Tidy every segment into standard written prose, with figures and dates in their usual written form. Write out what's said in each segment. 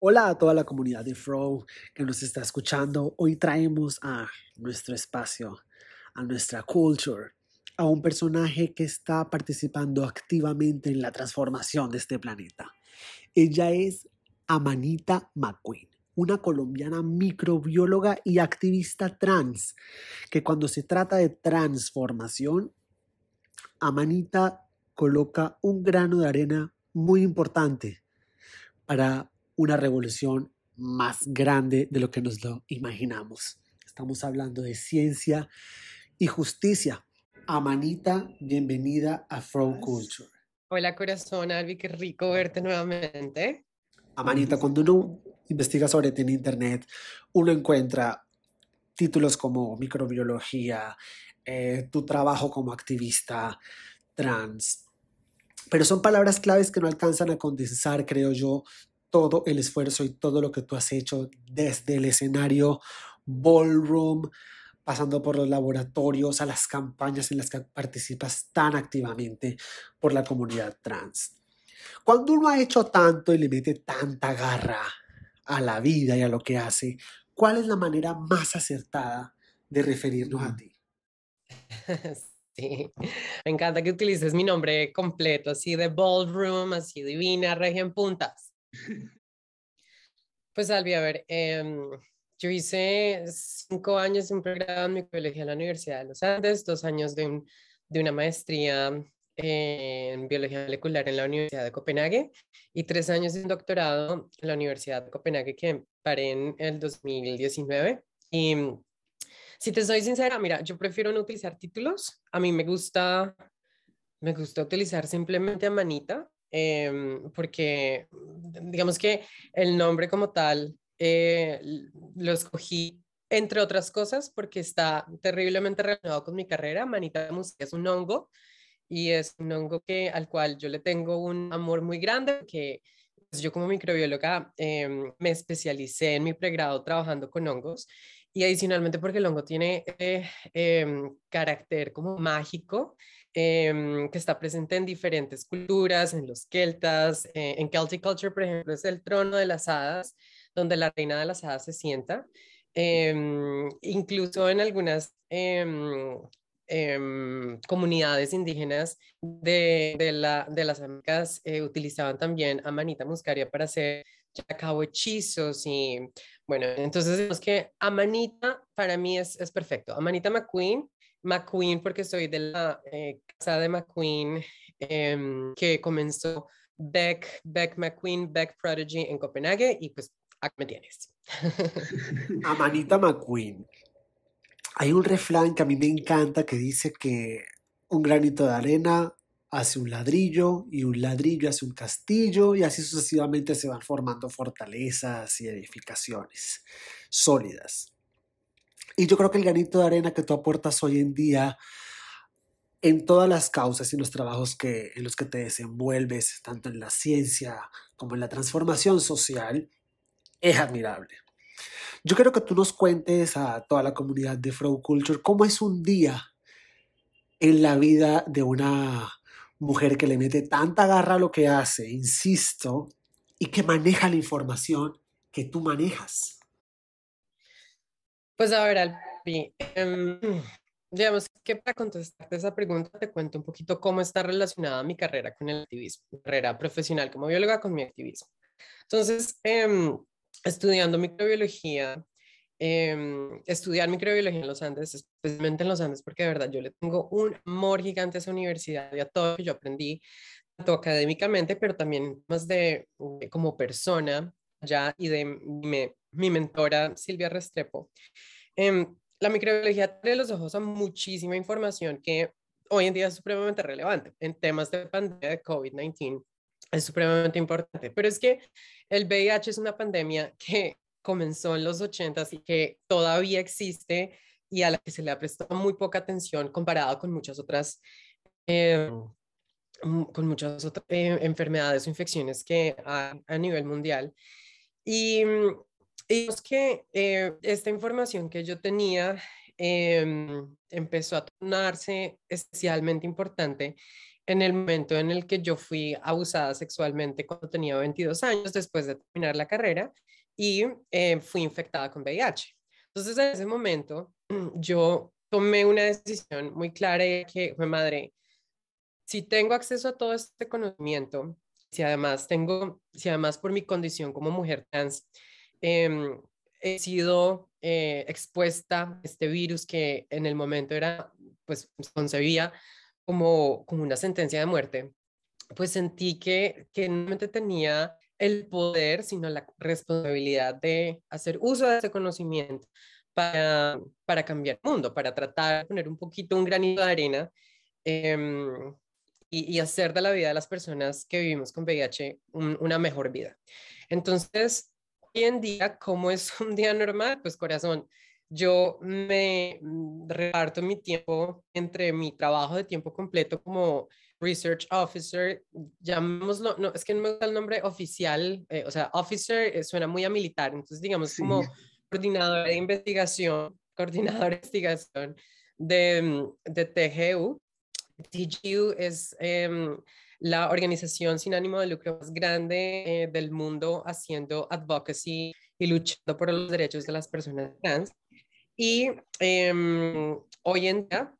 Hola a toda la comunidad de Fro que nos está escuchando. Hoy traemos a nuestro espacio, a nuestra culture, a un personaje que está participando activamente en la transformación de este planeta. Ella es Amanita McQueen, una colombiana microbióloga y activista trans, que cuando se trata de transformación, Amanita coloca un grano de arena muy importante para una revolución más grande de lo que nos lo imaginamos. Estamos hablando de ciencia y justicia. Amanita, bienvenida a Fro Culture. Hola corazón, Albi, qué rico verte nuevamente. Amanita, cuando uno investiga sobre ti en Internet, uno encuentra títulos como microbiología, tu trabajo como activista trans, pero son palabras claves que no alcanzan a condensar, creo yo, todo el esfuerzo y todo lo que tú has hecho desde el escenario ballroom, pasando por los laboratorios, a las campañas en las que participas tan activamente por la comunidad trans. Cuando uno ha hecho tanto y le mete tanta garra a la vida y a lo que hace, ¿cuál es la manera más acertada de referirnos a ti? Sí, me encanta que utilices mi nombre completo, así de ballroom, así divina, regia en puntas. Pues Albi, a ver, yo hice 5 años de un pregrado en microbiología en la Universidad de los Andes, 2 años de una maestría en biología molecular en la Universidad de Copenhague y 3 años de un doctorado en la Universidad de Copenhague que paré en el 2019. Y si te soy sincera, mira, yo prefiero no utilizar títulos. A mí me gusta utilizar simplemente a manita, porque digamos que el nombre como tal lo escogí, entre otras cosas, porque está terriblemente relacionado con mi carrera. Manita muscaria es un hongo y es un hongo al cual yo le tengo un amor muy grande, que pues, yo como microbióloga me especialicé en mi pregrado trabajando con hongos y adicionalmente porque el hongo tiene carácter como mágico, que está presente en diferentes culturas, en los celtas, en Celtic Culture, por ejemplo, es el trono de las hadas, donde la reina de las hadas se sienta. Incluso en algunas comunidades indígenas de las Américas utilizaban también a manita muscaria para hacer a cabo hechizos y bueno, entonces digamos que Amanita para mí es perfecto. Amanita McQueen, McQueen porque soy de la casa de McQueen, que comenzó Beck McQueen, Beck Prodigy en Copenhague y pues acá me tienes. Amanita McQueen. Hay un refrán que a mí me encanta que dice que un granito de arena hace un ladrillo y un ladrillo hace un castillo y así sucesivamente se van formando fortalezas y edificaciones sólidas. Y yo creo que el granito de arena que tú aportas hoy en día en todas las causas y los trabajos en los que te desenvuelves, tanto en la ciencia como en la transformación social, es admirable. Yo quiero que tú nos cuentes a toda la comunidad de Flow Culture cómo es un día en la vida de una mujer que le mete tanta garra a lo que hace, insisto, y que maneja la información que tú manejas. Pues a ver, Alpi, digamos que para contestarte esa pregunta te cuento un poquito cómo está relacionada mi carrera con el activismo, mi carrera profesional como bióloga con mi activismo. Entonces, estudiando microbiología, estudiar microbiología en los Andes, especialmente en los Andes, porque de verdad yo le tengo un amor gigante a esa universidad y a todo lo que yo aprendí, tanto académicamente, pero también más de como persona ya y de mi mentora Silvia Restrepo. La microbiología abre los ojos a muchísima información que hoy en día es supremamente relevante en temas de pandemia de COVID-19. Es supremamente importante, pero es que el VIH es una pandemia que comenzó en los 80s y que todavía existe y a la que se le ha prestado muy poca atención comparado con muchas otras, eh, enfermedades o infecciones que hay a nivel mundial. Y, es que esta información que yo tenía empezó a tornarse especialmente importante en el momento en el que yo fui abusada sexualmente cuando tenía 22 años, después de terminar la carrera, y fui infectada con VIH. Entonces, en ese momento, yo tomé una decisión muy clara y que fue madre, si tengo acceso a todo este conocimiento, si además por mi condición como mujer trans, he sido expuesta a este virus que en el momento era, pues concebía como una sentencia de muerte, pues sentí que no solamente tenía el poder, sino la responsabilidad de hacer uso de ese conocimiento para cambiar el mundo, para tratar de poner un poquito, un granito de arena em, y hacer de la vida de las personas que vivimos con VIH una mejor vida. Entonces, hoy en día, ¿cómo es un día normal? Pues corazón, yo me reparto mi tiempo entre mi trabajo de tiempo completo como Research Officer, llamémoslo, no, es que no me gusta el nombre oficial, o sea, Officer suena muy a militar, entonces digamos Sí, como coordinador de investigación de TGU. TGU es la organización sin ánimo de lucro más grande del mundo haciendo advocacy y luchando por los derechos de las personas trans. Y hoy en día,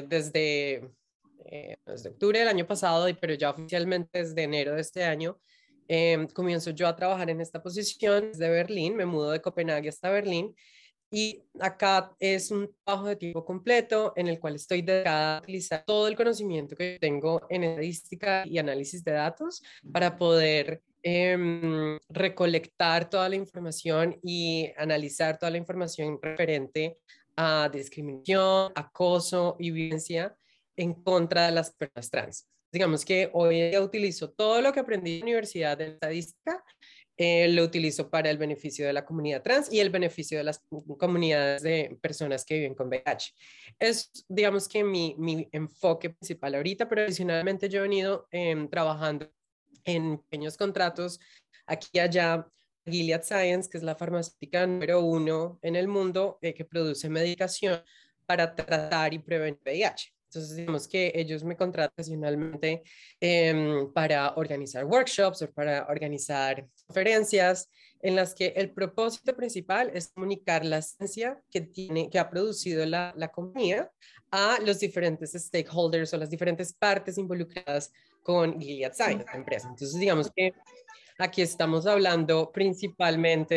desde octubre del año pasado, pero ya oficialmente desde enero de este año, comienzo yo a trabajar en esta posición desde Berlín, me mudo de Copenhague hasta Berlín y acá es un trabajo de tiempo completo en el cual estoy dedicada a utilizar todo el conocimiento que tengo en estadística y análisis de datos para poder recolectar toda la información y analizar toda la información referente a discriminación, acoso y violencia en contra de las personas trans. Digamos que hoy en día utilizo todo lo que aprendí en la universidad de estadística, lo utilizo para el beneficio de la comunidad trans y el beneficio de las comunidades de personas que viven con VIH. Es, digamos que mi enfoque principal ahorita, pero adicionalmente yo he venido trabajando en pequeños contratos aquí y allá. Gilead Science, que es la farmacéutica número uno en el mundo que produce medicación para tratar y prevenir VIH. Entonces, digamos que ellos me contratan ocasionalmente para organizar workshops o para organizar conferencias en las que el propósito principal es comunicar la ciencia que ha producido la compañía a los diferentes stakeholders o las diferentes partes involucradas con Gilead Science, la empresa. Entonces, digamos que aquí estamos hablando principalmente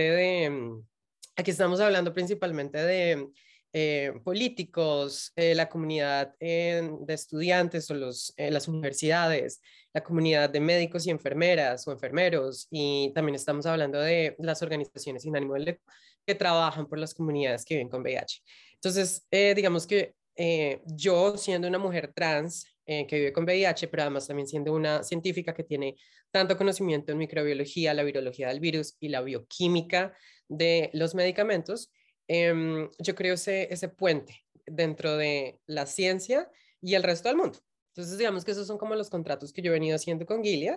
de políticos, la comunidad de estudiantes o las universidades, la comunidad de médicos y enfermeras o enfermeros, y también estamos hablando de las organizaciones sin ánimo de lucro que trabajan por las comunidades que viven con VIH. Entonces, digamos que yo, siendo una mujer trans que vive con VIH, pero además también siendo una científica que tiene tanto conocimiento en microbiología, la virología del virus y la bioquímica de los medicamentos, yo creo ese puente dentro de la ciencia y el resto del mundo. Entonces, digamos que esos son como los contratos que yo he venido haciendo con Gilead,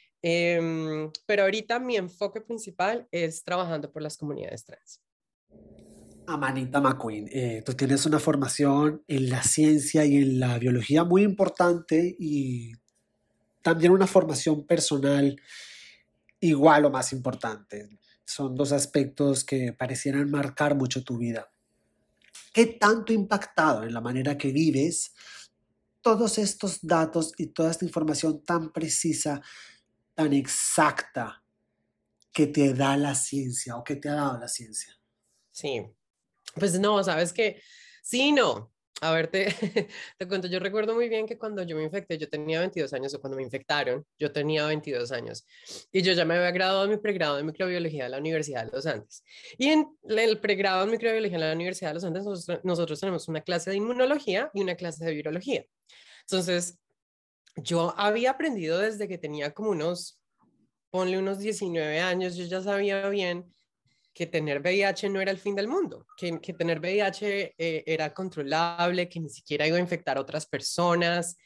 pero ahorita mi enfoque principal es trabajando por las comunidades trans. Amanita McQueen, tú tienes una formación en la ciencia y en la biología muy importante y también una formación personal igual o más importante. Son dos aspectos que parecieran marcar mucho tu vida. ¿Qué tanto ha impactado en la manera que vives todos estos datos y toda esta información tan precisa, tan exacta que te da la ciencia o que te ha dado la ciencia? Sí, pues no, sabes que sí, no. A ver, te cuento, yo recuerdo muy bien que cuando yo me infecté, yo tenía 22 años, o cuando me infectaron, yo tenía 22 años, y yo ya me había graduado en mi pregrado en microbiología de la Universidad de los Andes. Y en el pregrado en microbiología de la Universidad de los Andes, nosotros tenemos una clase de inmunología y una clase de virología. Entonces, yo había aprendido desde que tenía como ponle unos 19 años, yo ya sabía bien que tener VIH no era el fin del mundo, que tener VIH era controlable, que ni siquiera iba a infectar a otras personas,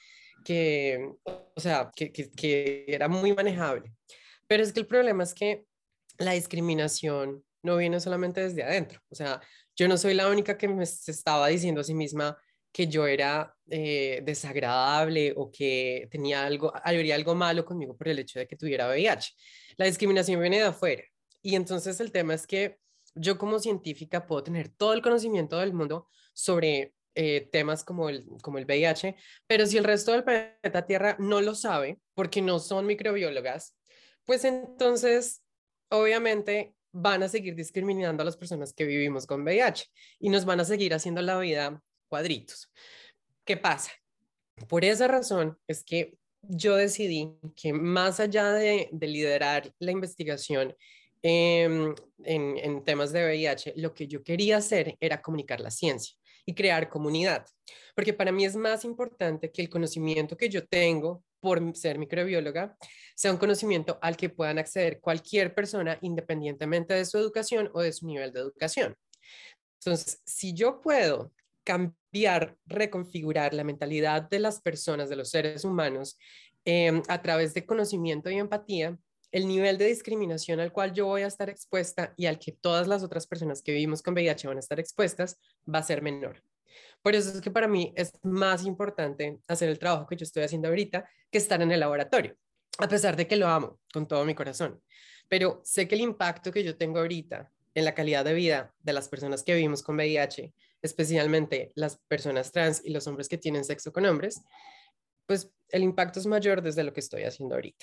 o sea, que era muy manejable. Pero es que el problema es que la discriminación no viene solamente desde adentro. O sea, yo no soy la única que se estaba diciendo a sí misma, que yo era desagradable o que habría algo malo conmigo por el hecho de que tuviera VIH. La discriminación viene de afuera. Y entonces el tema es que yo como científica puedo tener todo el conocimiento del mundo sobre temas como el VIH, pero si el resto del planeta Tierra no lo sabe, porque no son microbiólogas, pues entonces obviamente van a seguir discriminando a las personas que vivimos con VIH y nos van a seguir haciendo la vida cuadritos. ¿Qué pasa? Por esa razón es que yo decidí que más allá de liderar la investigación en temas de VIH, lo que yo quería hacer era comunicar la ciencia y crear comunidad, porque para mí es más importante que el conocimiento que yo tengo por ser microbióloga sea un conocimiento al que puedan acceder cualquier persona independientemente de su educación o de su nivel de educación. Entonces, si yo puedo cambiar, reconfigurar la mentalidad de las personas, de los seres humanos, a través de conocimiento y empatía, el nivel de discriminación al cual yo voy a estar expuesta y al que todas las otras personas que vivimos con VIH van a estar expuestas va a ser menor. Por eso es que para mí es más importante hacer el trabajo que yo estoy haciendo ahorita que estar en el laboratorio, a pesar de que lo amo con todo mi corazón. Pero sé que el impacto que yo tengo ahorita en la calidad de vida de las personas que vivimos con VIH, especialmente las personas trans y los hombres que tienen sexo con hombres, pues el impacto es mayor desde lo que estoy haciendo ahorita.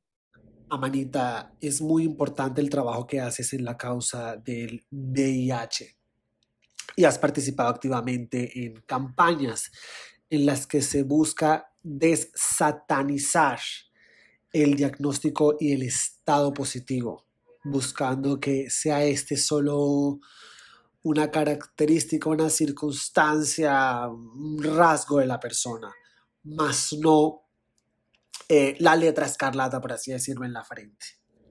Amanita, es muy importante el trabajo que haces en la causa del VIH y has participado activamente en campañas en las que se busca desatanizar el diagnóstico y el estado positivo, buscando que sea este solo una característica, una circunstancia, un rasgo de la persona, más no la letra escarlata, por así decirlo, en la frente.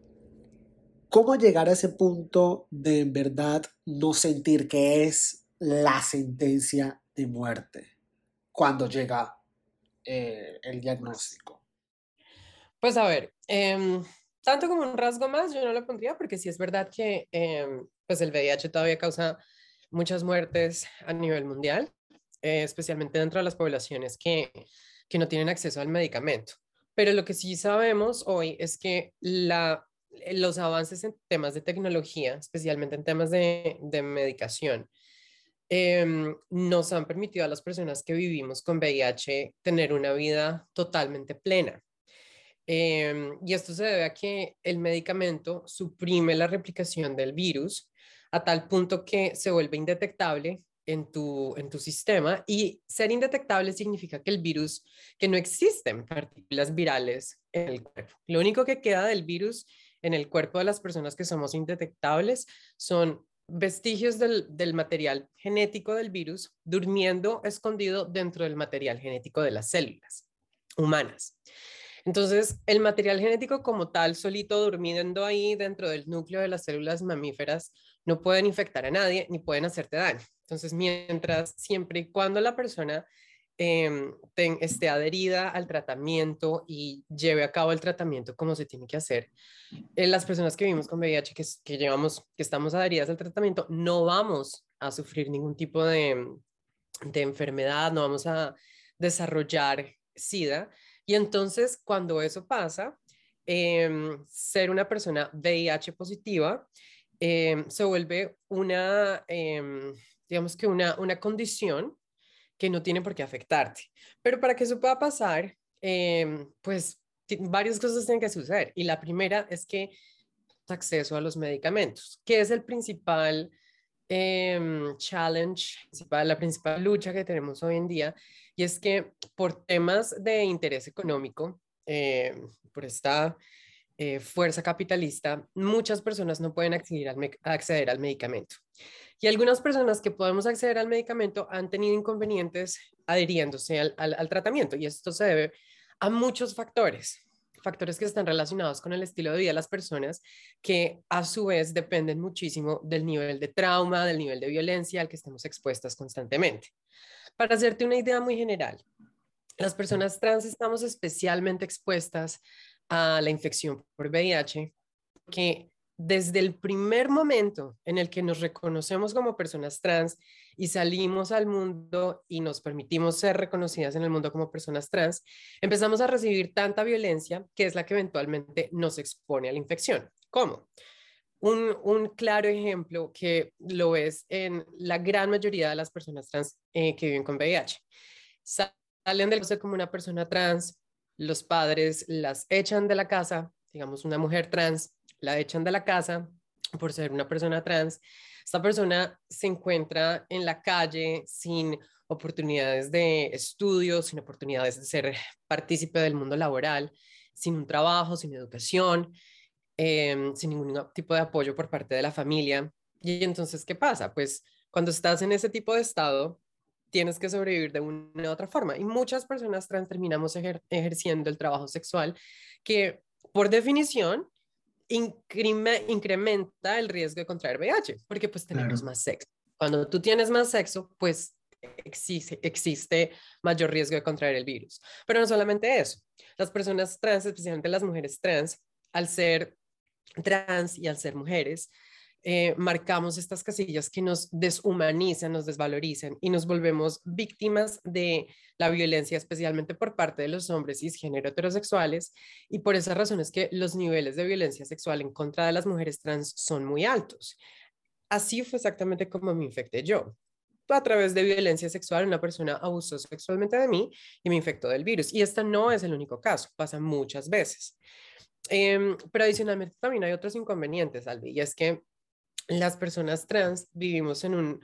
¿Cómo llegar a ese punto de en verdad no sentir que es la sentencia de muerte cuando llega el diagnóstico? Pues a ver, tanto como un rasgo más, yo no lo pondría porque sí es verdad que pues el VIH todavía causa muchas muertes a nivel mundial, especialmente dentro de las poblaciones que no tienen acceso al medicamento. Pero lo que sí sabemos hoy es que los avances en temas de tecnología, especialmente en temas de medicación, nos han permitido a las personas que vivimos con VIH tener una vida totalmente plena. Y esto se debe a que el medicamento suprime la replicación del virus a tal punto que se vuelve indetectable en tu sistema, y ser indetectable significa que el virus, que no existen partículas virales en el cuerpo. Lo único que queda del virus en el cuerpo de las personas que somos indetectables son vestigios del material genético del virus durmiendo escondido dentro del material genético de las células humanas. Entonces, el material genético como tal, solito durmiendo ahí dentro del núcleo de las células mamíferas, no pueden infectar a nadie ni pueden hacerte daño. Entonces, siempre y cuando la persona esté adherida al tratamiento y lleve a cabo el tratamiento como se tiene que hacer, las personas que vivimos con VIH, que estamos adheridas al tratamiento, no vamos a sufrir ningún tipo de enfermedad, no vamos a desarrollar SIDA. Y entonces, cuando eso pasa, ser una persona VIH positiva se vuelve digamos que una condición que no tiene por qué afectarte. Pero para que eso pueda pasar, pues varias cosas tienen que suceder. Y la primera es que acceso a los medicamentos, que es el principal challenge, la principal lucha que tenemos hoy en día, y es que por temas de interés económico, por esta fuerza capitalista, muchas personas no pueden acceder al medicamento. Y algunas personas que podemos acceder al medicamento han tenido inconvenientes adhiriéndose al tratamiento, y esto se debe a muchos factores que están relacionados con el estilo de vida de las personas, que a su vez dependen muchísimo del nivel de trauma, del nivel de violencia al que estemos expuestas constantemente. Para hacerte una idea muy general, las personas trans estamos especialmente expuestas a la infección por VIH, que desde el primer momento en el que nos reconocemos como personas trans y salimos al mundo y nos permitimos ser reconocidas en el mundo como personas trans, empezamos a recibir tanta violencia que es la que eventualmente nos expone a la infección. ¿Cómo? Un claro ejemplo que lo es en la gran mayoría de las personas trans que viven con VIH. Salen del closet como una persona trans, los padres las echan de la casa, digamos una mujer trans, la echan de la casa por ser una persona trans. Esta persona se encuentra en la calle sin oportunidades de estudio, sin oportunidades de ser partícipe del mundo laboral, sin un trabajo, sin educación, sin ningún tipo de apoyo por parte de la familia. Y entonces, ¿qué pasa? Pues cuando estás en ese tipo de estado, tienes que sobrevivir de una u otra forma. Y muchas personas trans terminamos ejerciendo el trabajo sexual que, por definición, incrementa el riesgo de contraer VIH, porque pues tenemos Claro. más sexo. Cuando tú tienes más sexo, pues existe mayor riesgo de contraer el virus. Pero no solamente eso, las personas trans, especialmente las mujeres trans, al ser trans y al ser mujeres, marcamos estas casillas que nos deshumanizan, nos desvalorizan y nos volvemos víctimas de la violencia, especialmente por parte de los hombres cisgénero heterosexuales. Y por esa razón es que los niveles de violencia sexual en contra de las mujeres trans son muy altos. Así fue exactamente como me infecté yo. A través de violencia sexual, una persona abusó sexualmente de mí y me infectó del virus. Y este no es el único caso, pasa muchas veces. Pero adicionalmente también hay otros inconvenientes, Albi, y es que las personas trans vivimos en un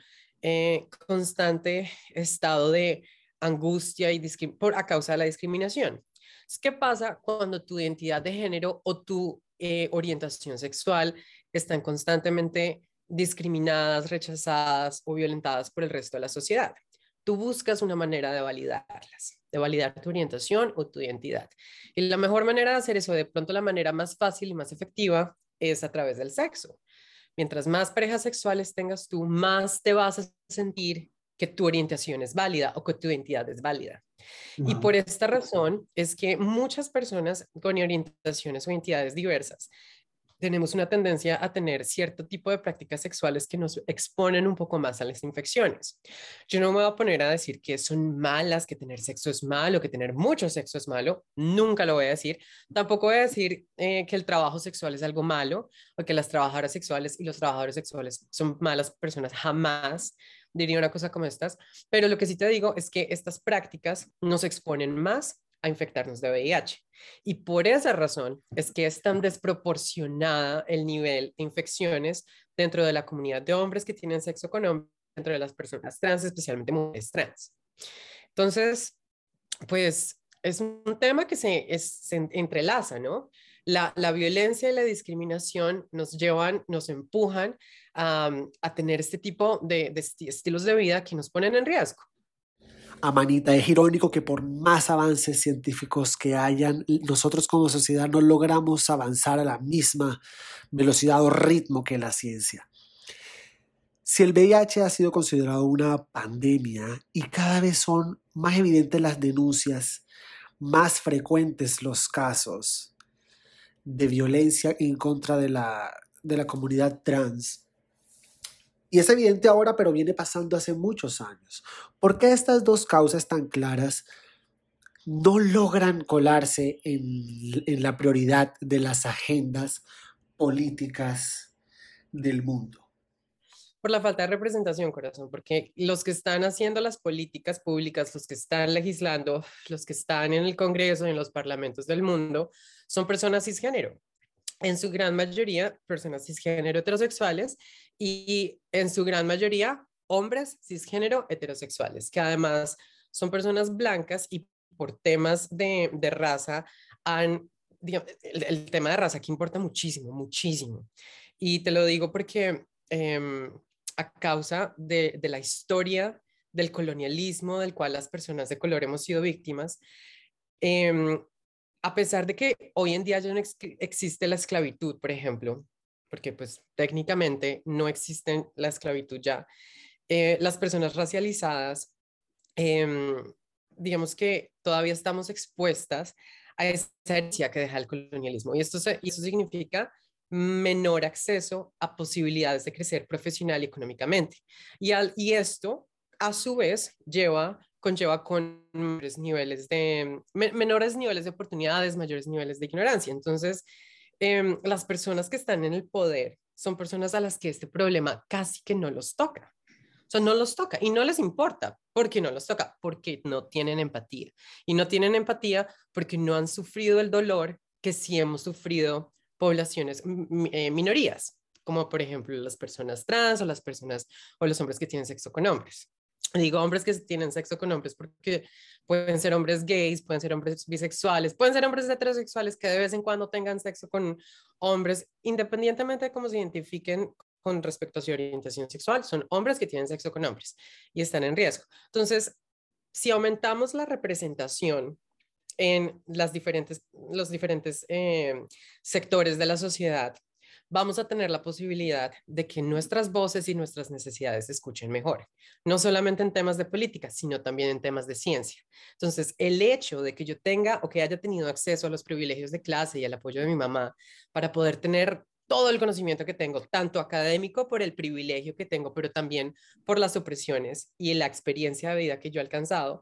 constante estado de angustia y a causa de la discriminación. ¿Qué pasa cuando tu identidad de género o tu orientación sexual están constantemente discriminadas, rechazadas o violentadas por el resto de la sociedad? Tú buscas una manera de validarlas, de validar tu orientación o tu identidad. Y la mejor manera de hacer eso, de pronto la manera más fácil y más efectiva, es a través del sexo. Mientras más parejas sexuales tengas tú, más te vas a sentir que tu orientación es válida o que tu identidad es válida. Y Wow. por esta razón es que muchas personas con orientaciones o identidades diversas tenemos una tendencia a tener cierto tipo de prácticas sexuales que nos exponen un poco más a las infecciones. Yo no me voy a poner a decir que son malas, que tener sexo es malo, que tener mucho sexo es malo, nunca lo voy a decir. Tampoco voy a decir que el trabajo sexual es algo malo o que las trabajadoras sexuales y los trabajadores sexuales son malas personas, jamás diría una cosa como estas, pero lo que sí te digo es que estas prácticas nos exponen más a infectarnos de VIH. Y por esa razón es que es tan desproporcionada el nivel de infecciones dentro de la comunidad de hombres que tienen sexo con hombres, dentro de las personas trans, especialmente mujeres trans. Entonces, pues es un tema que se entrelaza, ¿no? La violencia y la discriminación nos llevan, nos empujan a tener este tipo de estilos de vida que nos ponen en riesgo. Amanita, es irónico que por más avances científicos que hayan, nosotros como sociedad no logramos avanzar a la misma velocidad o ritmo que la ciencia. Si el VIH ha sido considerado una pandemia y cada vez son más evidentes las denuncias, más frecuentes los casos de violencia en contra de la comunidad trans, y es evidente ahora, pero viene pasando hace muchos años. ¿Por qué estas dos causas tan claras no logran colarse en la prioridad de las agendas políticas del mundo? Por la falta de representación, corazón, porque los que están haciendo las políticas públicas, los que están legislando, los que están en el Congreso, en los parlamentos del mundo, son personas cisgénero. En su gran mayoría, personas cisgénero heterosexuales y en su gran mayoría, hombres cisgénero heterosexuales, que además son personas blancas y por temas de raza han, digamos, el tema de raza aquí importa muchísimo, muchísimo. Y te lo digo porque a causa de la historia del colonialismo del cual las personas de color hemos sido víctimas, eh, a pesar de que hoy en día ya no existe la esclavitud, por ejemplo, porque pues técnicamente no existe la esclavitud ya, las personas racializadas, eh, digamos que todavía estamos expuestas a esa herencia que deja el colonialismo. Y esto significa menor acceso a posibilidades de crecer profesional y económicamente. Y esto, a su vez, conlleva con menores niveles de oportunidades, mayores niveles de ignorancia. Entonces, las personas que están en el poder son personas a las que este problema casi que no los toca. O sea, no los toca y no les importa. ¿Por qué no los toca? Porque no tienen empatía. Y no tienen empatía porque no han sufrido el dolor que sí hemos sufrido poblaciones, minorías, como por ejemplo las personas trans o las personas o los hombres que tienen sexo con hombres. Digo hombres que tienen sexo con hombres porque pueden ser hombres gays, pueden ser hombres bisexuales, pueden ser hombres heterosexuales que de vez en cuando tengan sexo con hombres, independientemente de cómo se identifiquen con respecto a su orientación sexual, son hombres que tienen sexo con hombres y están en riesgo. Entonces, si aumentamos la representación en los diferentes sectores de la sociedad, vamos a tener la posibilidad de que nuestras voces y nuestras necesidades se escuchen mejor, no solamente en temas de política, sino también en temas de ciencia. Entonces, el hecho de que yo tenga o que haya tenido acceso a los privilegios de clase y al apoyo de mi mamá para poder tener todo el conocimiento que tengo, tanto académico por el privilegio que tengo, pero también por las opresiones y la experiencia de vida que yo he alcanzado,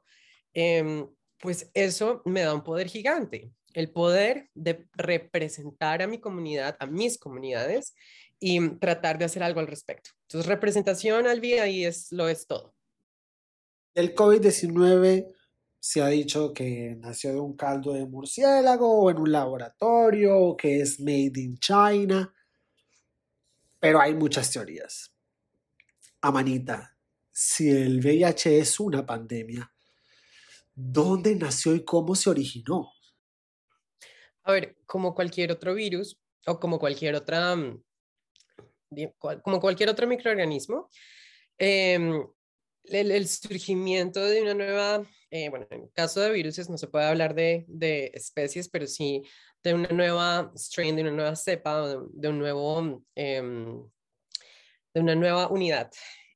pues eso me da un poder gigante, el poder de representar a mi comunidad, a mis comunidades y tratar de hacer algo al respecto. Entonces, representación, Albi, ahí lo es todo. El COVID-19 se ha dicho que nació de un caldo de murciélago o en un laboratorio o que es made in China, pero hay muchas teorías. Amanita, si el VIH es una pandemia, ¿dónde nació y cómo se originó? A ver, como cualquier otro virus o como cualquier otra, como cualquier otro microorganismo, eh, el surgimiento de una nueva, bueno, en el caso de viruses no se puede hablar de especies, pero sí de una nueva strain, de una nueva cepa, de un nuevo, de una nueva unidad.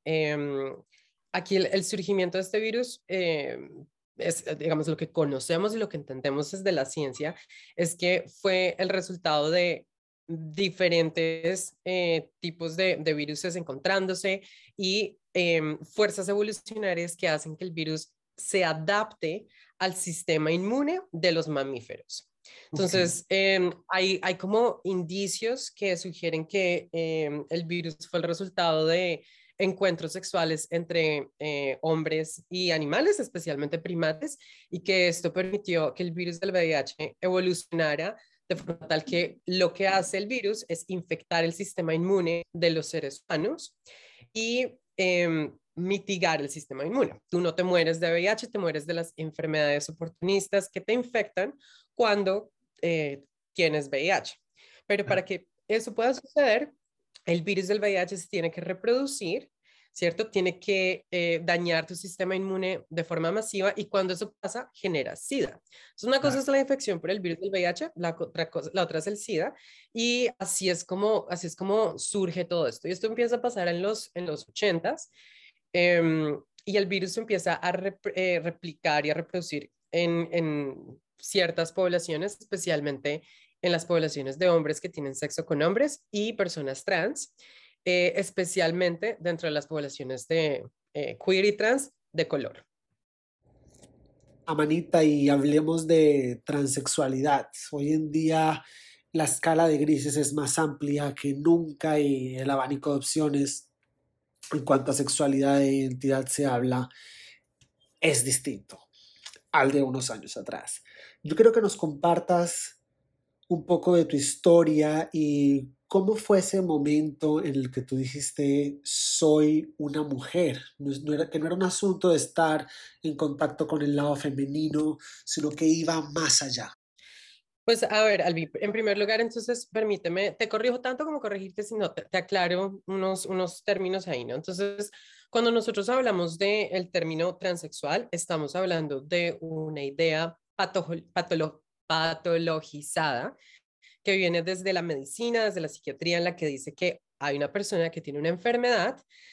Aquí el surgimiento de este virus es, digamos, lo que conocemos y lo que entendemos desde la ciencia, es que fue el resultado de diferentes tipos de virus encontrándose y fuerzas evolucionarias que hacen que el virus se adapte al sistema inmune de los mamíferos. Ok. Entonces, hay como indicios que sugieren que el virus fue el resultado de encuentros sexuales entre hombres y animales, especialmente primates, y que esto permitió que el virus del VIH evolucionara de forma tal que lo que hace el virus es infectar el sistema inmune de los seres humanos y mitigar el sistema inmune. Tú no te mueres de VIH, te mueres de las enfermedades oportunistas que te infectan cuando tienes VIH. Pero para que eso pueda suceder, el virus del VIH se tiene que reproducir, ¿cierto? Tiene que dañar tu sistema inmune de forma masiva y cuando eso pasa, genera SIDA. Entonces, una cosa Claro. es la infección por el virus del VIH, la otra es el SIDA y así es como surge todo esto. Y esto empieza a pasar en los 80s y el virus empieza a replicar y a reproducir en ciertas poblaciones, especialmente en las poblaciones de hombres que tienen sexo con hombres y personas trans, especialmente dentro de las poblaciones de queer y trans de color. Amanita, y hablemos de transexualidad. Hoy en día la escala de grises es más amplia que nunca y el abanico de opciones en cuanto a sexualidad e identidad se habla es distinto al de unos años atrás. Yo quiero que nos compartas un poco de tu historia y cómo fue ese momento en el que tú dijiste, soy una mujer. Que no era un asunto de estar en contacto con el lado femenino, sino que iba más allá. Pues a ver, Albi, en primer lugar, entonces permíteme, te corrijo tanto como corregirte, sino te aclaro unos términos ahí, ¿no? Entonces, cuando nosotros hablamos del término transexual, estamos hablando de una idea patologizada que viene desde la medicina, desde la psiquiatría, en la que dice que hay una persona que tiene una enfermedad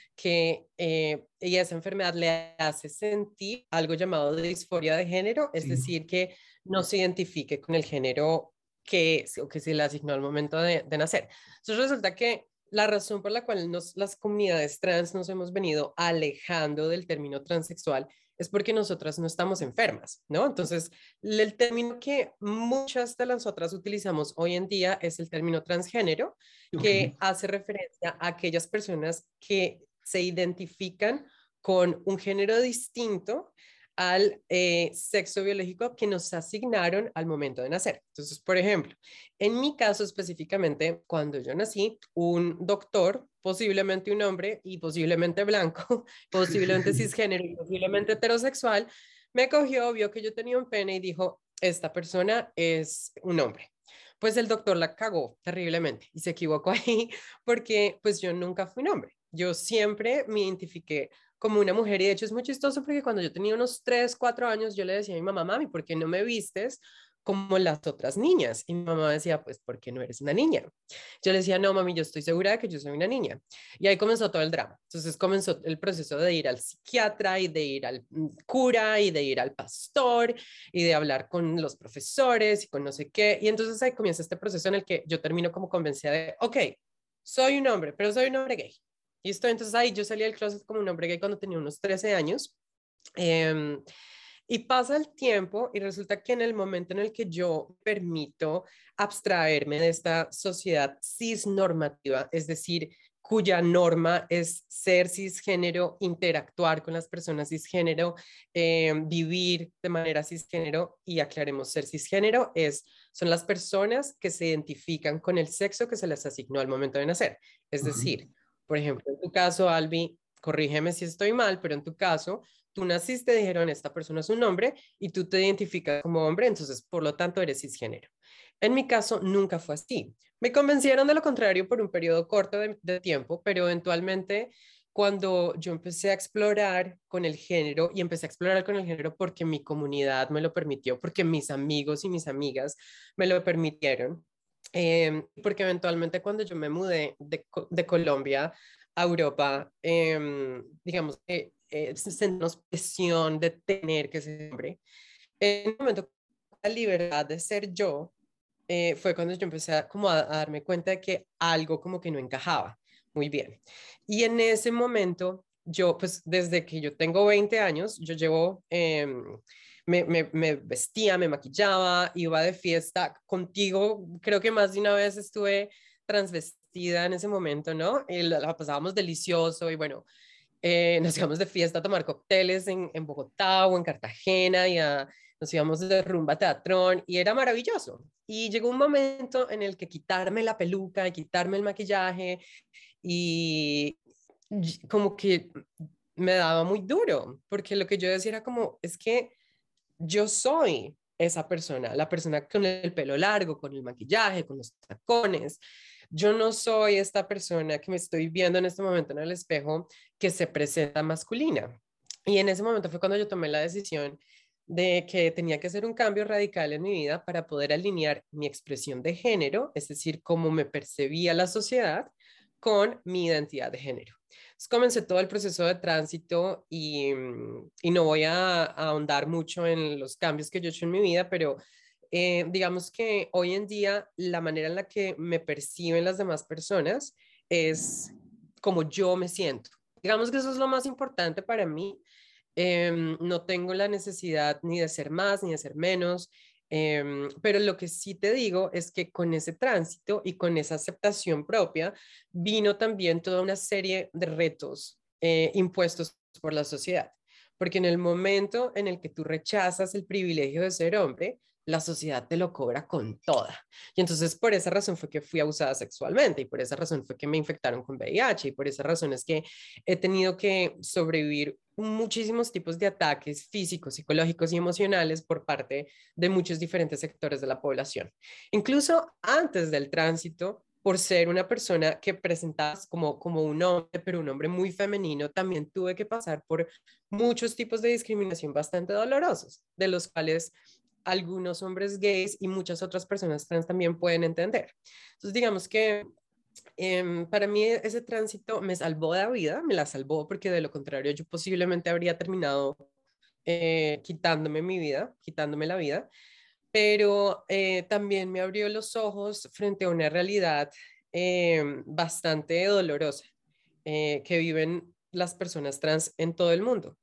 y esa enfermedad le hace sentir algo llamado de disforia de género, es Sí. decir, que no se identifique con el género o que se le asignó al momento de nacer. Entonces resulta que la razón por la cual las comunidades trans nos hemos venido alejando del término transexual es porque nosotras no estamos enfermas, ¿no? Entonces, el término que muchas de las otras utilizamos hoy en día es el término transgénero, Ok. que hace referencia a aquellas personas que se identifican con un género distinto al sexo biológico que nos asignaron al momento de nacer. Entonces, por ejemplo, en mi caso específicamente, cuando yo nací, un doctor, posiblemente un hombre y posiblemente blanco, posiblemente cisgénero y posiblemente heterosexual, me cogió, vio que yo tenía un pene y dijo, esta persona es un hombre. Pues el doctor la cagó terriblemente y se equivocó ahí porque pues yo nunca fui un hombre. Yo siempre me identifiqué como una mujer y de hecho es muy chistoso porque cuando yo tenía unos 3 4 años yo le decía a mi mamá, mami, ¿por qué no me vistes como las otras niñas? Y mi mamá decía, pues, ¿por qué no eres una niña? Yo le decía, no, mami, yo estoy segura de que yo soy una niña. Y ahí comenzó todo el drama. Entonces comenzó el proceso de ir al psiquiatra y de ir al cura y de ir al pastor y de hablar con los profesores y con no sé qué. Y entonces ahí comienza este proceso en el que yo termino como convencida de, ok, soy un hombre, pero soy un hombre gay. ¿Listo? Entonces ahí yo salí del closet como un hombre gay cuando tenía unos 13 años. Eh, y pasa el tiempo y resulta que en el momento en el que yo permito abstraerme de esta sociedad cisnormativa, es decir, cuya norma es ser cisgénero, interactuar con las personas cisgénero, vivir de manera cisgénero y aclaremos ser cisgénero, son las personas que se identifican con el sexo que se les asignó al momento de nacer. Es decir, por ejemplo, en tu caso, Albi, corrígeme si estoy mal, pero en tu caso, tú naciste, dijeron, esta persona es un hombre y tú te identificas como hombre, entonces por lo tanto eres cisgénero. En mi caso nunca fue así. Me convencieron de lo contrario por un periodo corto de tiempo, pero eventualmente cuando yo empecé a explorar con el género y empecé a explorar con el género porque mi comunidad me lo permitió, porque mis amigos y mis amigas me lo permitieron, porque eventualmente cuando yo me mudé de Colombia a Europa, digamos que sentimos presión de tener que ser hombre. En un momento, la libertad de ser yo fue cuando yo empecé como a darme cuenta de que algo como que no encajaba muy bien. Y en ese momento, yo pues desde que yo tengo 20 años, yo llevo, me vestía, me maquillaba, iba de fiesta contigo, creo que más de una vez estuve transvestida en ese momento, ¿no? Y la pasábamos delicioso y bueno, nos íbamos de fiesta a tomar cócteles en Bogotá o en Cartagena nos íbamos de rumba a teatrón y era maravilloso. Y llegó un momento en el que quitarme la peluca, quitarme el maquillaje y como que me daba muy duro, porque lo que yo decía era como, es que yo soy esa persona, la persona con el pelo largo, con el maquillaje, con los tacones. Yo no soy esta persona que me estoy viendo en este momento en el espejo que se presenta masculina. Y en ese momento fue cuando yo tomé la decisión de que tenía que hacer un cambio radical en mi vida para poder alinear mi expresión de género, es decir, cómo me percibía la sociedad con mi identidad de género. Entonces comencé todo el proceso de tránsito y no voy a ahondar mucho en los cambios que yo he hecho en mi vida, pero digamos que hoy en día la manera en la que me perciben las demás personas es como yo me siento. Digamos que eso es lo más importante para mí. No tengo la necesidad ni de ser más ni de ser menos, pero lo que sí te digo es que con ese tránsito y con esa aceptación propia vino también toda una serie de retos impuestos por la sociedad, porque en el momento en el que tú rechazas el privilegio de ser hombre, la sociedad te lo cobra con toda. Y entonces por esa razón fue que fui abusada sexualmente y por esa razón fue que me infectaron con VIH y por esa razón es que he tenido que sobrevivir muchísimos tipos de ataques físicos, psicológicos y emocionales por parte de muchos diferentes sectores de la población. Incluso antes del tránsito, por ser una persona que presentabas como un hombre, pero un hombre muy femenino, también tuve que pasar por muchos tipos de discriminación bastante dolorosos, de los cuales algunos hombres gays y muchas otras personas trans también pueden entender. Entonces, digamos que para mí ese tránsito me salvó la vida, me la salvó porque de lo contrario yo posiblemente habría terminado quitándome mi vida, quitándome la vida, pero también me abrió los ojos frente a una realidad bastante dolorosa que viven las personas trans en todo el mundo.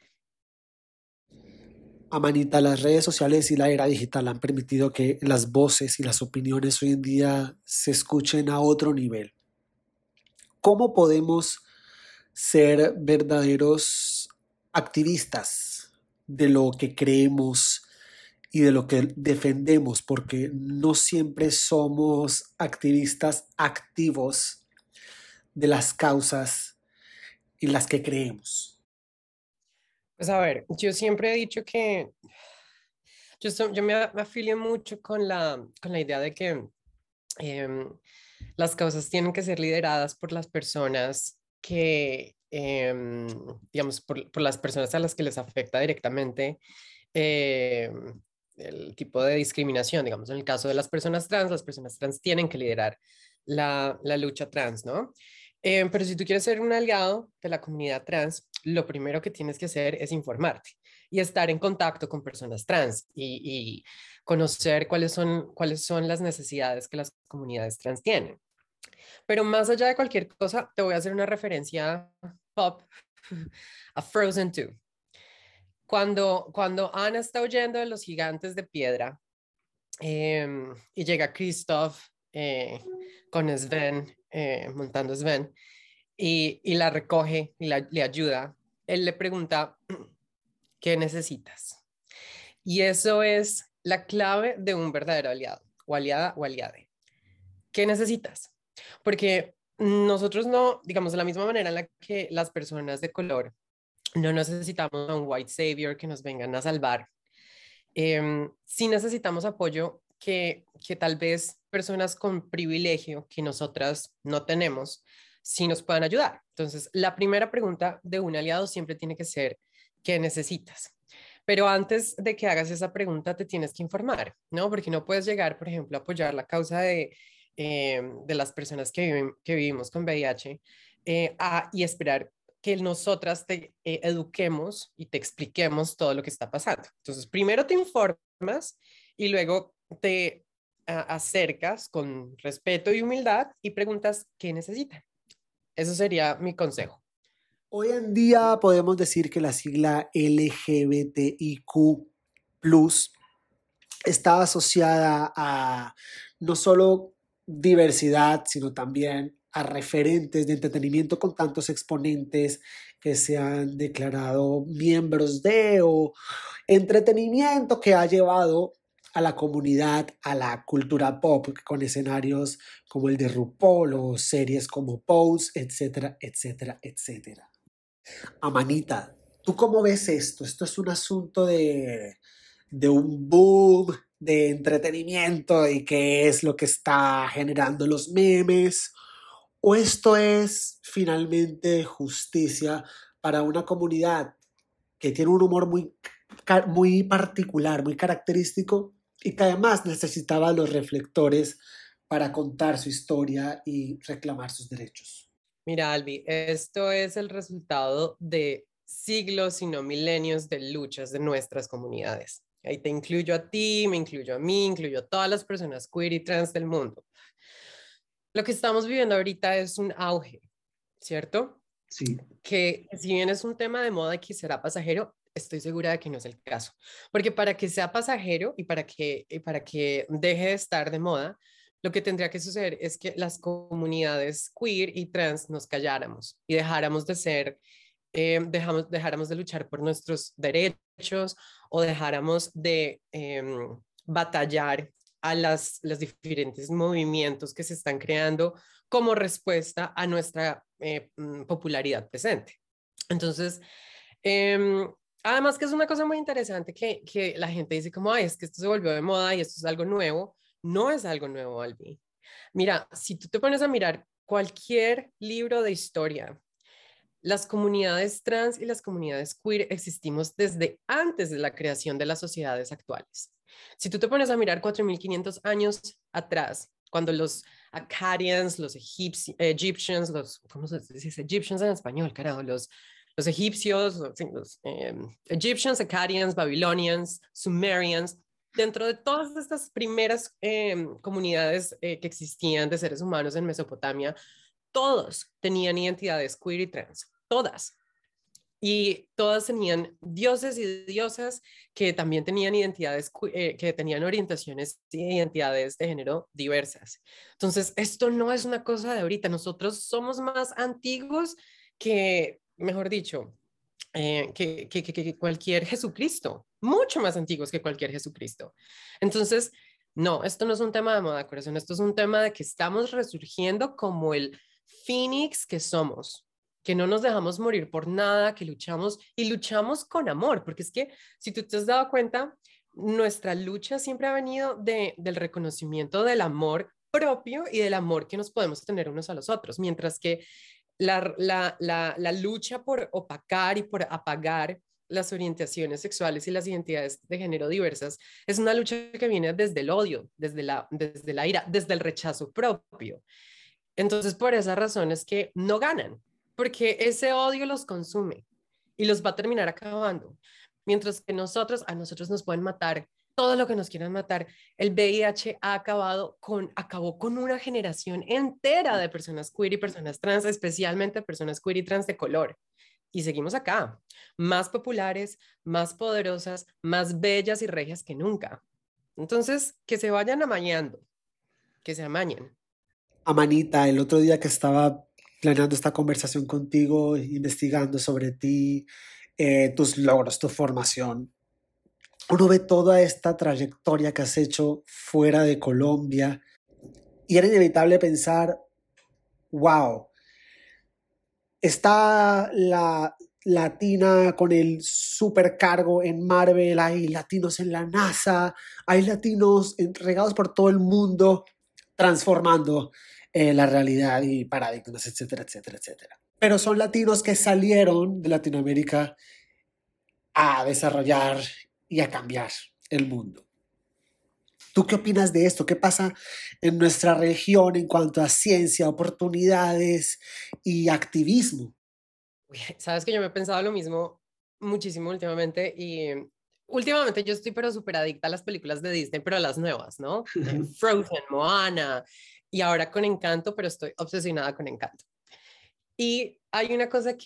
Amanita, las redes sociales y la era digital han permitido que las voces y las opiniones hoy en día se escuchen a otro nivel. ¿Cómo podemos ser verdaderos activistas de lo que creemos y de lo que defendemos? Porque no siempre somos activistas activos de las causas en las que creemos. Pues a ver, yo siempre he dicho que yo me afilio mucho con la idea de que em, las causas tienen que ser lideradas por las personas que, digamos, por las personas a las que les afecta directamente el tipo de discriminación. Digamos, en el caso de las personas trans tienen que liderar la lucha trans, ¿no? Pero si tú quieres ser un aliado de la comunidad trans, lo primero que tienes que hacer es informarte y estar en contacto con personas trans y conocer cuáles son las necesidades que las comunidades trans tienen. Pero más allá de cualquier cosa, te voy a hacer una referencia pop a Frozen 2. Cuando Anna está huyendo de los gigantes de piedra y llega Kristoff con Sven, montando Sven, y la recoge y le ayuda, él le pregunta, ¿qué necesitas? Y eso es la clave de un verdadero aliado, o aliada o aliade. ¿Qué necesitas? Porque nosotros no, digamos, de la misma manera en la que las personas de color no necesitamos a un white savior que nos vengan a salvar, sí necesitamos apoyo que tal vez personas con privilegio que nosotras no tenemos, sí nos puedan ayudar. Entonces, la primera pregunta de un aliado siempre tiene que ser, ¿qué necesitas? Pero antes de que hagas esa pregunta, te tienes que informar, ¿no? Porque no puedes llegar, por ejemplo, a apoyar la causa de las personas que vivimos con VIH y esperar que nosotras te eduquemos y te expliquemos todo lo que está pasando. Entonces, primero te informas y luego te acercas con respeto y humildad y preguntas qué necesitan. Eso sería mi consejo. Hoy en día podemos decir que la sigla LGBTIQ está asociada a no solo diversidad, sino también a referentes de entretenimiento con tantos exponentes que se han declarado miembros de o entretenimiento que ha llevado a la comunidad, a la cultura pop, con escenarios como el de RuPaul o series como Pose, etcétera, etcétera, etcétera. Amanita, ¿tú cómo ves esto? ¿Esto es un asunto de un boom de entretenimiento y qué es lo que está generando los memes? ¿O esto es finalmente justicia para una comunidad que tiene un humor muy particular, muy característico y que además necesitaba los reflectores para contar su historia y reclamar sus derechos? Mira, Albi, esto es el resultado de siglos, si no milenios, de luchas de nuestras comunidades. Ahí te incluyo a ti, me incluyo a mí, incluyo a todas las personas queer y trans del mundo. Lo que estamos viviendo ahorita es un auge, ¿cierto? Sí. Que si bien es un tema de moda y que será pasajero, estoy segura de que no es el caso. Porque para que sea pasajero y para que deje de estar de moda, lo que tendría que suceder es que las comunidades queer y trans nos calláramos y dejáramos de ser, dejáramos de luchar por nuestros derechos o dejáramos de batallar a los diferentes movimientos que se están creando como respuesta a nuestra popularidad presente. Entonces, además que es una cosa muy interesante que la gente dice como, ay, es que esto se volvió de moda y esto es algo nuevo. No es algo nuevo, Albi. Mira, si tú te pones a mirar cualquier libro de historia, las comunidades trans y las comunidades queer existimos desde antes de la creación de las sociedades actuales. Si tú te pones a mirar 4.500 años atrás, cuando los Akkadians, los Egyptians, ¿cómo se dice? Egyptians en español, carajo, los egipcios, los Egyptians, Akkadians, Babylonians, Sumerians, dentro de todas estas primeras comunidades que existían de seres humanos en Mesopotamia, todos tenían identidades queer y trans, todas. Y todas tenían dioses y diosas que también tenían identidades, que tenían orientaciones y identidades de género diversas. Entonces, esto no es una cosa de ahorita. Nosotros somos más antiguos que, mejor dicho, que cualquier Jesucristo, mucho más antiguos que cualquier Jesucristo. Entonces, no, esto no es un tema de moda, corazón, esto es un tema de que estamos resurgiendo como el Fénix que somos, que no nos dejamos morir por nada, que luchamos y luchamos con amor, porque es que si tú te has dado cuenta, nuestra lucha siempre ha venido del reconocimiento del amor propio y del amor que nos podemos tener unos a los otros, mientras que la lucha por opacar y por apagar las orientaciones sexuales y las identidades de género diversas es una lucha que viene desde el odio, desde la ira, desde el rechazo propio. Entonces, por esa razón es que no ganan, porque ese odio los consume y los va a terminar acabando. Mientras que a nosotros nos pueden matar todo lo que nos quieran matar. El VIH acabó con una generación entera de personas queer y personas trans, especialmente personas queer y trans de color. Y seguimos acá, más populares, más poderosas, más bellas y regias que nunca. Entonces, que se vayan amañando, que se amañen. Amanita, el otro día que estaba planeando esta conversación contigo, investigando sobre ti, tus logros, tu formación, uno ve toda esta trayectoria que has hecho fuera de Colombia y era inevitable pensar, wow, está la latina con el supercargo en Marvel, hay latinos en la NASA, hay latinos regados por todo el mundo transformando la realidad y paradigmas, etcétera, etcétera, etcétera. Pero son latinos que salieron de Latinoamérica a desarrollar y a cambiar el mundo. ¿Tú qué opinas de esto? ¿Qué pasa en nuestra región en cuanto a ciencia, oportunidades y activismo? Uy, sabes que yo me he pensado lo mismo muchísimo últimamente y últimamente yo estoy pero súper adicta a las películas de Disney, pero a las nuevas, ¿no? Frozen, Moana y ahora con Encanto, pero estoy obsesionada con Encanto. Y hay una cosa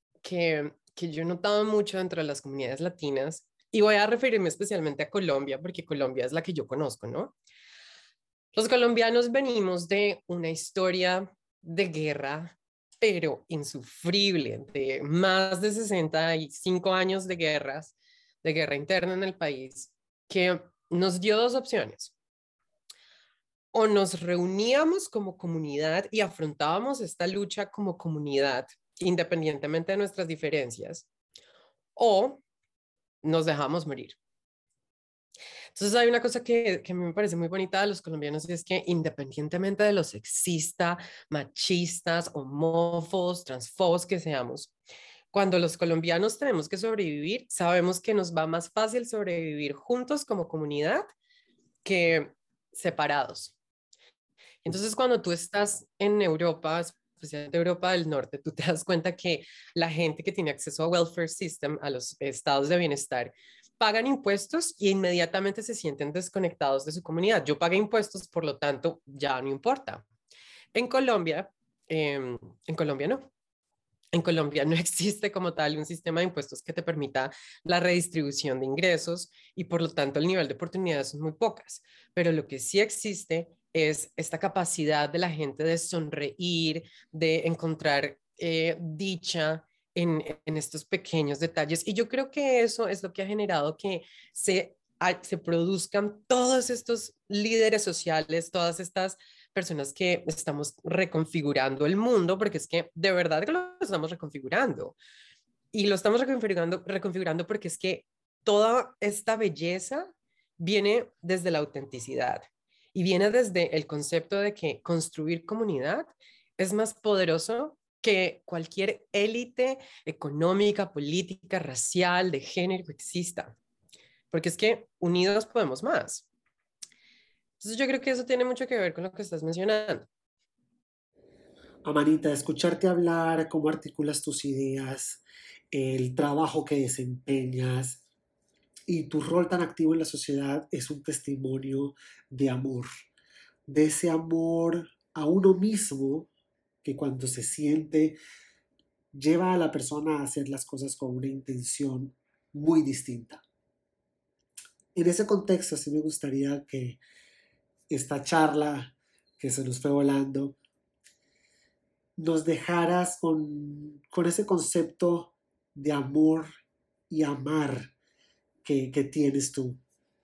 que yo he notado mucho dentro de las comunidades latinas y voy a referirme especialmente a Colombia porque Colombia es la que yo conozco, ¿no? Los colombianos venimos de una historia de guerra, pero insufrible, de más de 65 años de guerras, de guerra interna en el país, que nos dio dos opciones. O nos reuníamos como comunidad y afrontábamos esta lucha como comunidad, independientemente de nuestras diferencias, o nos dejamos morir. Entonces hay una cosa que a mí me parece muy bonita de los colombianos y es que independientemente de lo sexista, machistas, homófobos, transfobos que seamos, cuando los colombianos tenemos que sobrevivir, sabemos que nos va más fácil sobrevivir juntos como comunidad que separados. Entonces cuando tú estás en Europa, especialmente Europa del Norte, tú te das cuenta que la gente que tiene acceso a welfare system, a los estados de bienestar, pagan impuestos y inmediatamente se sienten desconectados de su comunidad. Yo pagué impuestos, por lo tanto, ya no importa. En Colombia, en Colombia no. En Colombia no existe como tal un sistema de impuestos que te permita la redistribución de ingresos y por lo tanto el nivel de oportunidades son muy pocas. Pero lo que sí existe es esta capacidad de la gente de sonreír, de encontrar dicha en estos pequeños detalles. Y yo creo que eso es lo que ha generado que se produzcan todos estos líderes sociales, todas estas personas que estamos reconfigurando el mundo, porque es que de verdad que lo estamos reconfigurando. Y lo estamos reconfigurando porque es que toda esta belleza viene desde la autenticidad y viene desde el concepto de que construir comunidad es más poderoso que cualquier élite económica, política, racial, de género que exista. Porque es que unidos podemos más. Entonces yo creo que eso tiene mucho que ver con lo que estás mencionando. Amanita, escucharte hablar, cómo articulas tus ideas, el trabajo que desempeñas y tu rol tan activo en la sociedad es un testimonio de amor, de ese amor a uno mismo que cuando se siente lleva a la persona a hacer las cosas con una intención muy distinta. En ese contexto sí me gustaría que esta charla que se nos fue volando nos dejaras con ese concepto de amor y amar que tienes tú.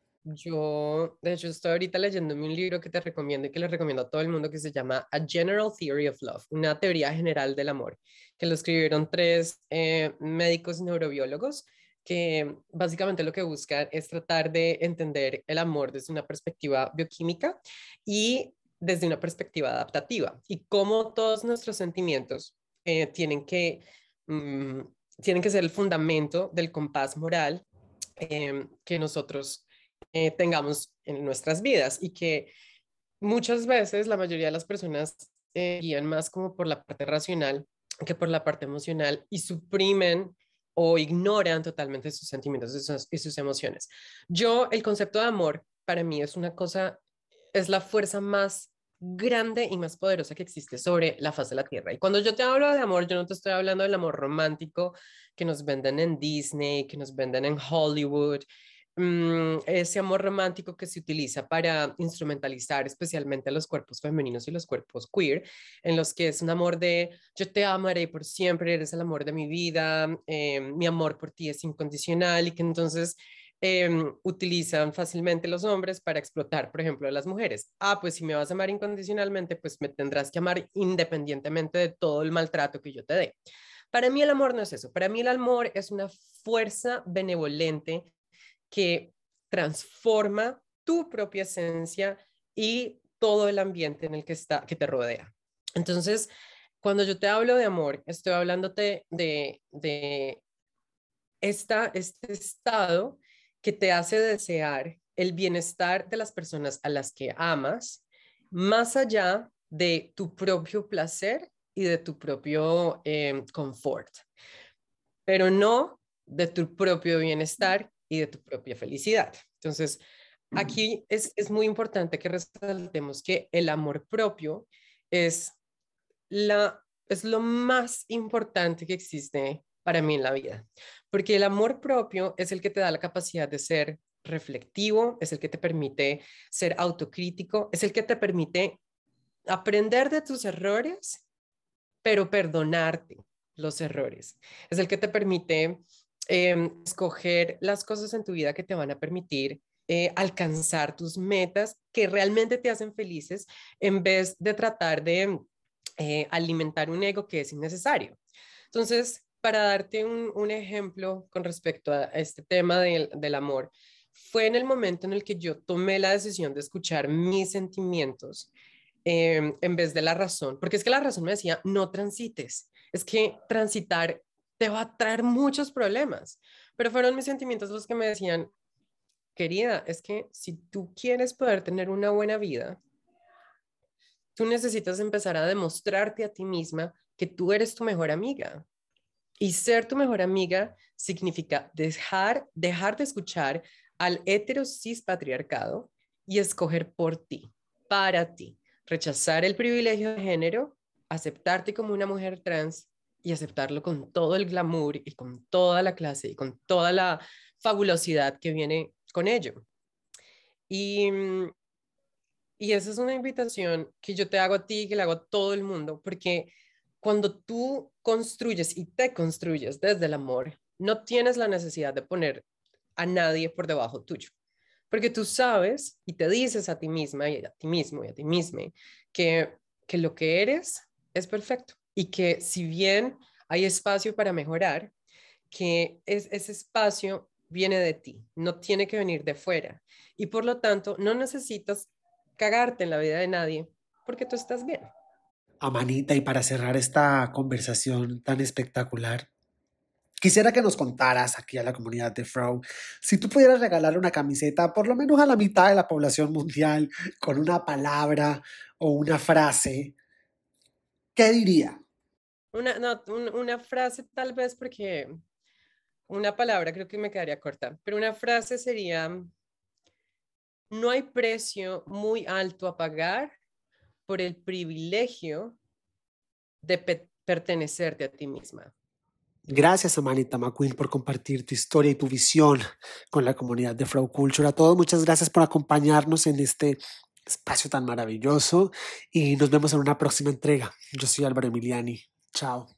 Yo, de hecho, estoy ahorita leyéndome un libro que te recomiendo y que le recomiendo a todo el mundo que se llama A General Theory of Love, una teoría general del amor, que lo escribieron tres médicos neurobiólogos que básicamente lo que buscan es tratar de entender el amor desde una perspectiva bioquímica y desde una perspectiva adaptativa y cómo todos nuestros sentimientos tienen mm, tienen que ser el fundamento del compás moral que nosotros tengamos en nuestras vidas y que muchas veces la mayoría de las personas guían más como por la parte racional que por la parte emocional y suprimen o ignoran totalmente sus sentimientos y sus emociones. Yo, el concepto de amor para mí es una cosa, es la fuerza más grande y más poderosa que existe sobre la faz de la tierra. Y cuando yo te hablo de amor, yo no te estoy hablando del amor romántico que nos venden en Disney, que nos venden en Hollywood, ese amor romántico que se utiliza para instrumentalizar especialmente a los cuerpos femeninos y los cuerpos queer, en los que es un amor de yo te amaré por siempre, eres el amor de mi vida, mi amor por ti es incondicional y que entonces utilizan fácilmente los hombres para explotar, por ejemplo, a las mujeres. Ah, pues si me vas a amar incondicionalmente, pues me tendrás que amar independientemente de todo el maltrato que yo te dé. Para mí el amor no es eso, para mí el amor es una fuerza benevolente que transforma tu propia esencia y todo el ambiente en el que está, que te rodea. Entonces, cuando yo te hablo de amor, estoy hablándote de este estado que te hace desear el bienestar de las personas a las que amas, más allá de tu propio placer y de tu propio confort, pero no de tu propio bienestar y de tu propia felicidad. Entonces, aquí es muy importante que resaltemos que el amor propio es, es lo más importante que existe para mí en la vida, porque el amor propio es el que te da la capacidad de ser reflectivo, es el que te permite ser autocrítico, es el que te permite aprender de tus errores, pero perdonarte los errores. Es el que te permite escoger las cosas en tu vida que te van a permitir alcanzar tus metas que realmente te hacen felices en vez de tratar de alimentar un ego que es innecesario. Entonces, para darte un ejemplo con respecto a este tema del amor, fue en el momento en el que yo tomé la decisión de escuchar mis sentimientos en vez de la razón, porque es que la razón me decía, no transites, es que transitar te va a traer muchos problemas, pero fueron mis sentimientos los que me decían, querida, es que si tú quieres poder tener una buena vida, tú necesitas empezar a demostrarte a ti misma que tú eres tu mejor amiga. Y ser tu mejor amiga significa dejar de escuchar al heterosis patriarcado y escoger por ti, para ti, rechazar el privilegio de género, aceptarte como una mujer trans y aceptarlo con todo el glamour y con toda la clase y con toda la fabulosidad que viene con ello. Y, y esa es una invitación que yo te hago a ti, que le hago a todo el mundo, porque cuando tú construyes y te construyes desde el amor, no tienes la necesidad de poner a nadie por debajo tuyo, porque tú sabes y te dices a ti misma y a ti mismo y a ti misma que lo que eres es perfecto y que si bien hay espacio para mejorar, que ese espacio viene de ti, no tiene que venir de fuera y por lo tanto no necesitas cagarte en la vida de nadie porque tú estás bien. Amanita, y para cerrar esta conversación tan espectacular, quisiera que nos contaras aquí a la comunidad de Fro, si tú pudieras regalar una camiseta por lo menos a la mitad de la población mundial con una palabra o una frase, ¿qué diría? No, una frase tal vez porque una palabra creo que me quedaría corta, pero una frase sería, no hay precio muy alto a pagar por el privilegio de pertenecerte a ti misma. Gracias, Amanita McQueen, por compartir tu historia y tu visión con la comunidad de Flow Culture. A todos, muchas gracias por acompañarnos en este espacio tan maravilloso y nos vemos en una próxima entrega. Yo soy Álvaro Emiliani. Chao.